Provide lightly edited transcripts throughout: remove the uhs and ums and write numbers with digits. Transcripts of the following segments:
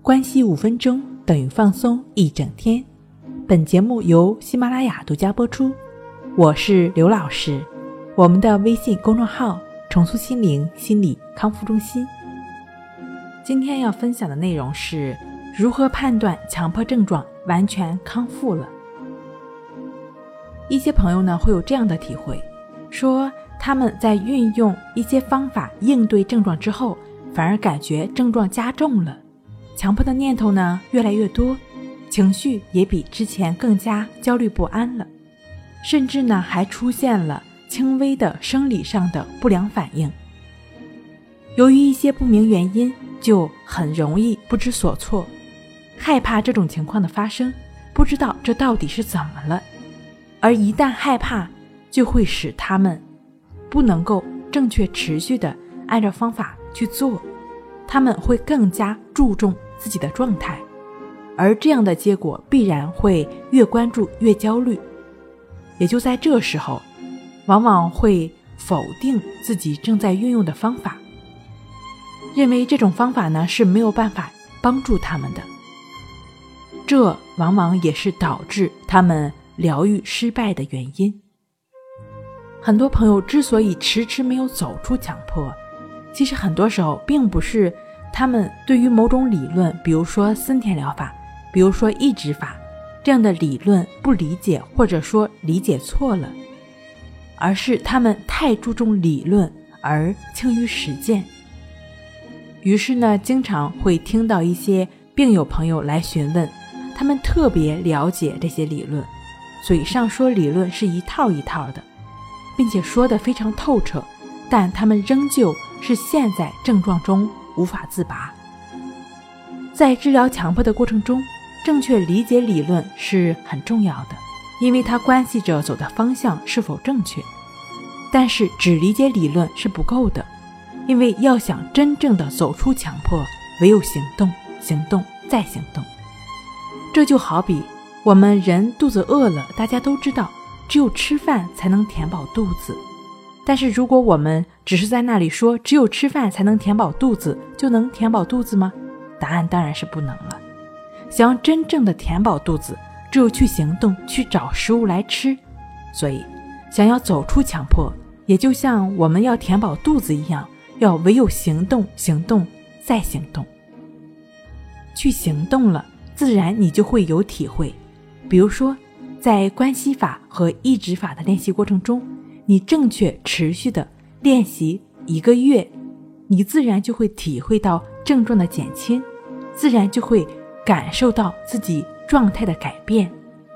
关系5分钟等于放松1整天。本节目由喜马拉雅独家播出，我是刘老师。我们的微信公众号重塑心灵心理康复中心。今天要分享的内容是如何判断强迫症状完全康复了。一些朋友呢会有这样的体会，说他们在运用一些方法应对症状之后，反而感觉症状加重了，强迫的念头呢越来越多，情绪也比之前更加焦虑不安了，甚至呢还出现了轻微的生理上的不良反应。由于一些不明原因，就很容易不知所措，害怕这种情况的发生，不知道这到底是怎么了。而一旦害怕，就会使他们不能够正确持续的按照方法去做，他们会更加注重自己的状态，而这样的结果必然会越关注越焦虑。也就在这时候，往往会否定自己正在运用的方法，认为这种方法呢是没有办法帮助他们的。这往往也是导致他们疗愈失败的原因。很多朋友之所以迟迟没有走出强迫，其实很多时候并不是他们对于某种理论，比如说森田疗法，比如说抑制法这样的理论不理解，或者说理解错了，而是他们太注重理论而轻于实践。于是呢，经常会听到一些病友朋友来询问，他们特别了解这些理论，嘴上说理论是一套一套的，并且说得非常透彻，但他们仍旧是陷在症状中无法自拔。在治疗强迫的过程中，正确理解理论是很重要的，因为它关系着走的方向是否正确。但是只理解理论是不够的，因为要想真正的走出强迫，唯有行动，行动再行动。这就好比我们人肚子饿了，大家都知道只有吃饭才能填饱肚子，但是如果我们只是在那里说只有吃饭才能填饱肚子，就能填饱肚子吗？答案当然是不能了。想要真正的填饱肚子，只有去行动，去找食物来吃。所以想要走出强迫，也就像我们要填饱肚子一样，要唯有行动，行动再行动。去行动了，自然你就会有体会。比如说在关系法和抑制法的练习过程中，你正确持续的练习1个月，你自然就会体会到症状的减轻，自然就会感受到自己状态的改变。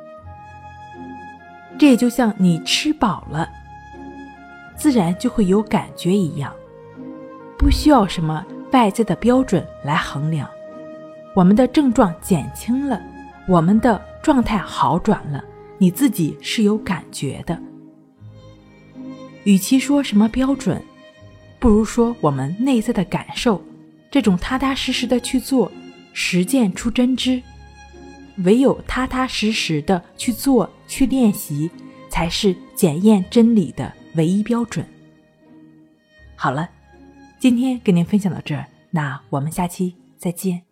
这也就像你吃饱了，自然就会有感觉一样，不需要什么外在的标准来衡量。我们的症状减轻了，我们的状态好转了，你自己是有感觉的。与其说什么标准，不如说我们内在的感受，这种踏踏实实的去做，实践出真知。唯有踏踏实实的去做，去练习，才是检验真理的唯一标准。好了，今天跟您分享到这儿，那我们下期再见。